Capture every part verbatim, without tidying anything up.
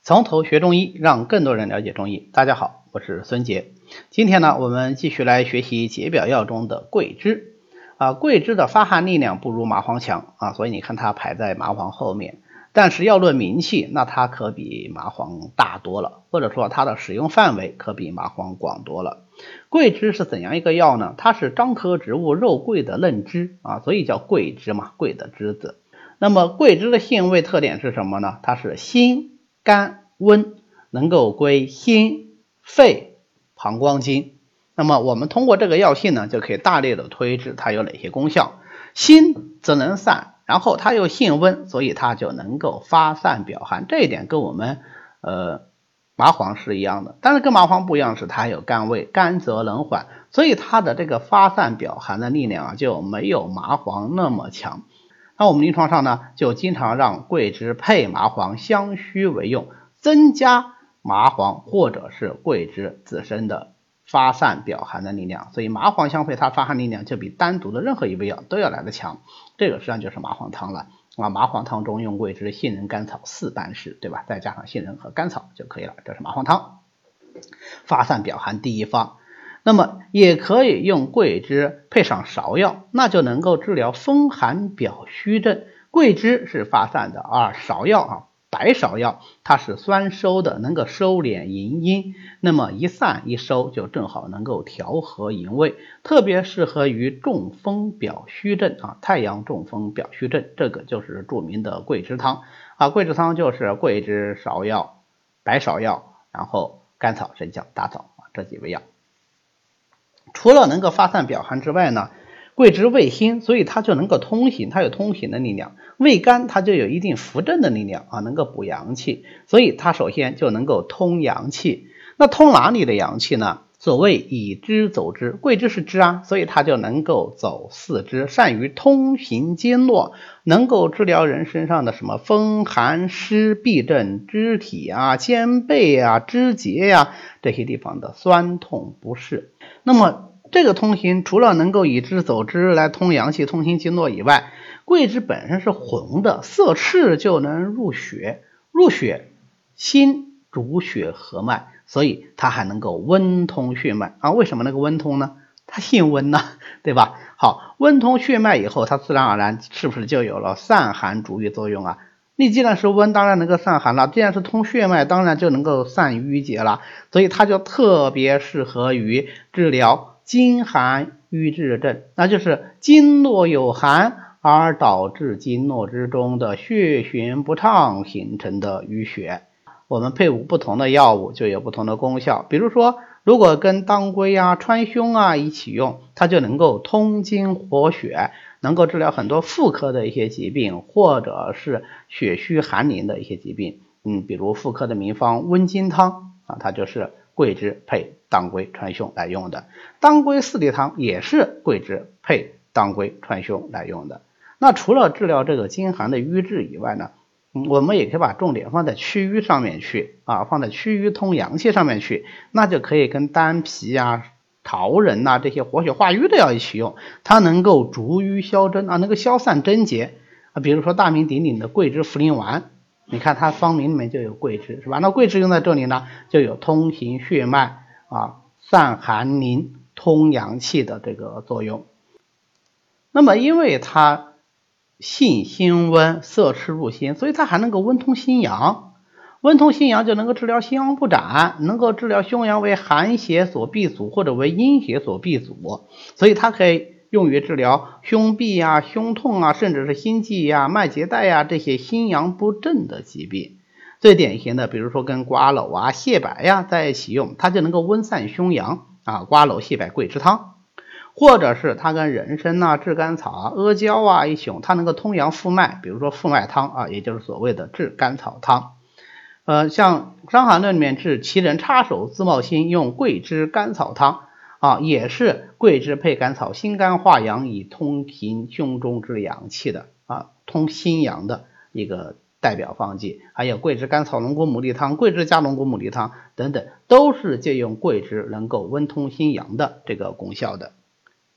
从头学中医，让更多人了解中医。大家好，我是孙杰。今天呢，我们继续来学习解表药中的桂枝。啊，桂枝的发汗力量不如麻黄强啊，所以你看它排在麻黄后面。但是要论名气，那它可比麻黄大多了，或者说它的使用范围可比麻黄广多了。桂枝是怎样一个药呢？它是樟科植物肉桂的嫩枝啊，所以叫桂枝嘛，桂的枝子。那么桂枝的性味特点是什么呢？它是辛甘温，能够归心肺膀胱经。那么我们通过这个药性呢，就可以大略的推知它有哪些功效。辛则能散，然后它又性温，所以它就能够发散表寒。这一点跟我们呃麻黄是一样的，但是跟麻黄不一样是它有甘味，甘则能缓，所以它的这个发散表寒的力量啊就没有麻黄那么强。那我们临床上呢，就经常让桂枝配麻黄相须为用，增加麻黄或者是桂枝自身的发散表寒的力量，所以麻黄相配，它发汗力量就比单独的任何一味药都要来得强。这个实际上就是麻黄汤了啊，麻黄汤中用桂枝、杏仁、甘草四般式，对吧？再加上杏仁和甘草就可以了，这是麻黄汤。发散表寒第一方。那么也可以用桂枝配上芍药，那就能够治疗风寒表虚症。桂枝是发散的，而芍药啊，白芍药它是酸收的，能够收敛营阴，那么一散一收就正好能够调和营卫，特别适合于中风表虚症啊，太阳中风表虚症，这个就是著名的桂枝汤啊。桂枝汤就是桂枝、芍药、白芍药，然后甘草、生姜、大枣啊这几味药。除了能够发散表寒之外呢，桂枝味辛，所以它就能够通行，它有通行的力量。味甘，它就有一定扶正的力量啊，能够补阳气，所以它首先就能够通阳气。那通哪里的阳气呢？所谓以枝走枝，桂枝是枝啊，所以它就能够走四肢，善于通行经络，能够治疗人身上的什么风寒湿痹症、肢体啊、肩背啊、肢节呀、啊、这些地方的酸痛不适。那么这个通行除了能够以枝走枝来通阳气、通行经络以外，桂枝本身是红的，色赤就能入血，入血心主血合脉，所以它还能够温通血脉啊。为什么能够温通呢？它性温呢，对吧？好，温通血脉以后，它自然而然是不是就有了散寒逐瘀作用啊？你既然是温，当然能够散寒了；既然是通血脉，当然就能够散瘀结了。所以它就特别适合于治疗经寒瘀滞症，那就是经络有寒而导致经络之中的血循不畅形成的淤血。我们配伍不同的药物就有不同的功效，比如说如果跟当归啊、川芎啊一起用，它就能够通经活血，能够治疗很多妇科的一些疾病，或者是血虚寒淋的一些疾病。嗯，比如妇科的名方温经汤啊，它就是桂枝配当归、川芎来用的。当归四逆汤也是桂枝配当归、川芎来用的。那除了治疗这个经寒的瘀滞以外呢，嗯，我们也可以把重点放在祛瘀上面去啊，放在祛瘀通阳气上面去，那就可以跟丹皮啊、桃仁呐、啊、这些活血化瘀的药一起用，它能够逐瘀消针啊，能够消散针结啊。比如说大名鼎鼎的桂枝茯苓丸，你看它方名里面就有桂枝，是吧？那桂枝用在这里呢，就有通行血脉啊、散寒淋、通阳气的这个作用。那么因为它性辛温，色赤入心，所以它还能够温通心阳，温通心阳就能够治疗心阳不展，能够治疗胸阳为寒邪所闭阻或者为阴邪所闭阻，所以它可以用于治疗胸痹啊、胸痛啊，甚至是心悸呀、脉结带呀这些心阳不正的疾病。最典型的比如说跟瓜蒌啊、蟹柏呀在一起用，它就能够温散胸阳啊，瓜蒌、蟹柏、桂枝汤。或者是它跟人参啊、炙甘草啊、阿胶啊一起用，它能够通阳复脉，比如说复脉汤啊，也就是所谓的炙甘草汤。呃，像《伤寒论》里面治奇人插手自冒心用桂枝甘草汤啊，也是桂枝配甘草，辛甘化阳，以通行胸中之阳气的啊，通心阳的一个代表方剂。还有桂枝甘草龙骨牡蛎汤、桂枝加龙骨牡蛎汤等等，都是借用桂枝能够温通心阳的这个功效的。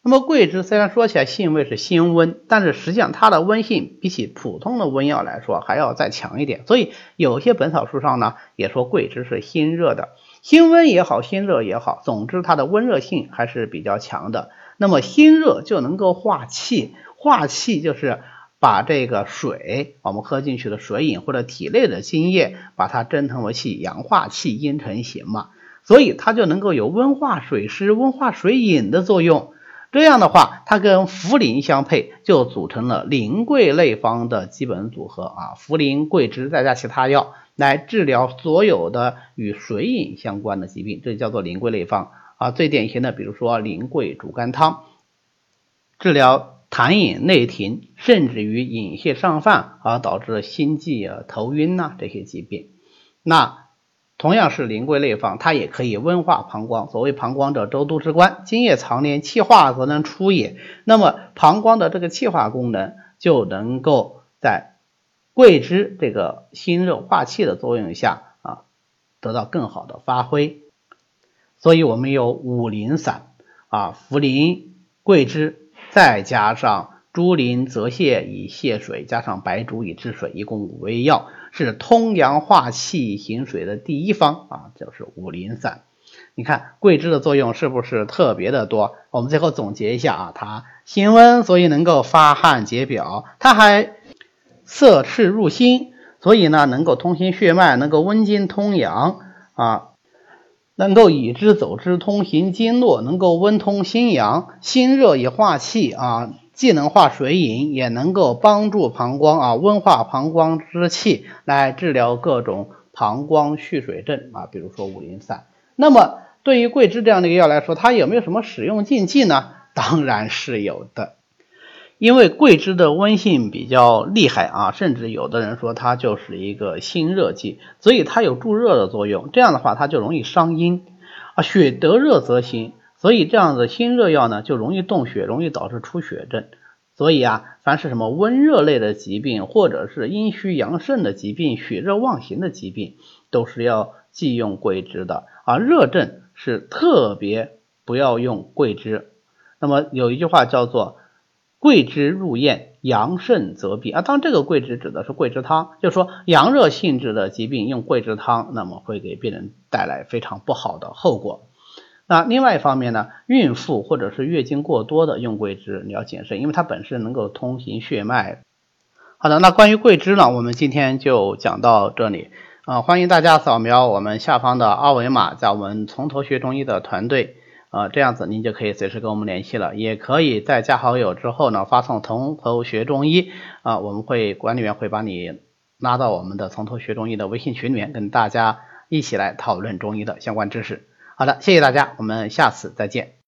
那么桂枝虽然说起来性味是辛温，但是实际上它的温性比起普通的温药来说还要再强一点，所以有些本草书上呢也说桂枝是辛热的，辛温也好，辛热也好，总之它的温热性还是比较强的。那么辛热就能够化气，化气就是把这个水我们喝进去的水饮或者体内的津液把它蒸腾为气，阳化气阴成形嘛，所以它就能够有温化水湿温化水饮的作用。这样的话它跟茯苓相配，就组成了苓桂类方的基本组合啊，茯苓桂枝再加其他药来治疗所有的与水饮相关的疾病，这叫做苓桂类方啊。最典型的比如说苓桂煮肝汤，治疗痰饮内停，甚至于饮泻上犯而导致心悸啊、头晕呐、啊、这些疾病。那同样是苓桂类方，它也可以温化膀胱，所谓膀胱者周都之官，津液藏连，气化则能出也。那么膀胱的这个气化功能就能够在桂枝这个辛热化气的作用下啊，得到更好的发挥。所以我们有五苓散啊，茯苓、桂枝再加上猪苓、泽泻以泻水，加上白术以治水，一共五味药，是通阳化气行水的第一方啊，就是五苓散。你看桂枝的作用是不是特别的多？我们最后总结一下啊，它辛温，所以能够发汗解表；它还涩赤入心，所以呢能够通行血脉，能够温经通阳啊，能够以之走之，通行经络，能够温通心阳，辛热以化气啊，既能化水饮，也能够帮助膀胱啊温化膀胱之气，来治疗各种膀胱蓄水症啊，比如说五苓散。那么对于桂枝这样的一个药来说，它有没有什么使用禁忌呢？当然是有的。因为桂枝的温性比较厉害啊，甚至有的人说它就是一个辛热剂，所以它有助热的作用，这样的话它就容易伤阴啊，血得热则辛，所以这样的辛热药呢就容易动血，容易导致出血症。所以啊，凡是什么温热类的疾病，或者是阴虚阳盛的疾病，血热妄行的疾病，都是要忌用桂枝的啊。热症是特别不要用桂枝。那么有一句话叫做桂枝入咽，阳盛则痹啊。当然这个桂枝指的是桂枝汤，就是说阳热性质的疾病用桂枝汤，那么会给病人带来非常不好的后果。那另外一方面呢，孕妇或者是月经过多的用桂枝你要谨慎，因为它本身能够通行血脉。好的，那关于桂枝呢，我们今天就讲到这里啊、呃，欢迎大家扫描我们下方的二维码，在我们从头学中医的团队啊、呃，这样子您就可以随时跟我们联系了，也可以在加好友之后呢，发送从头学中医啊、呃，我们会管理员会把你拉到我们的从头学中医的微信群里面，跟大家一起来讨论中医的相关知识。好的，谢谢大家，我们下次再见。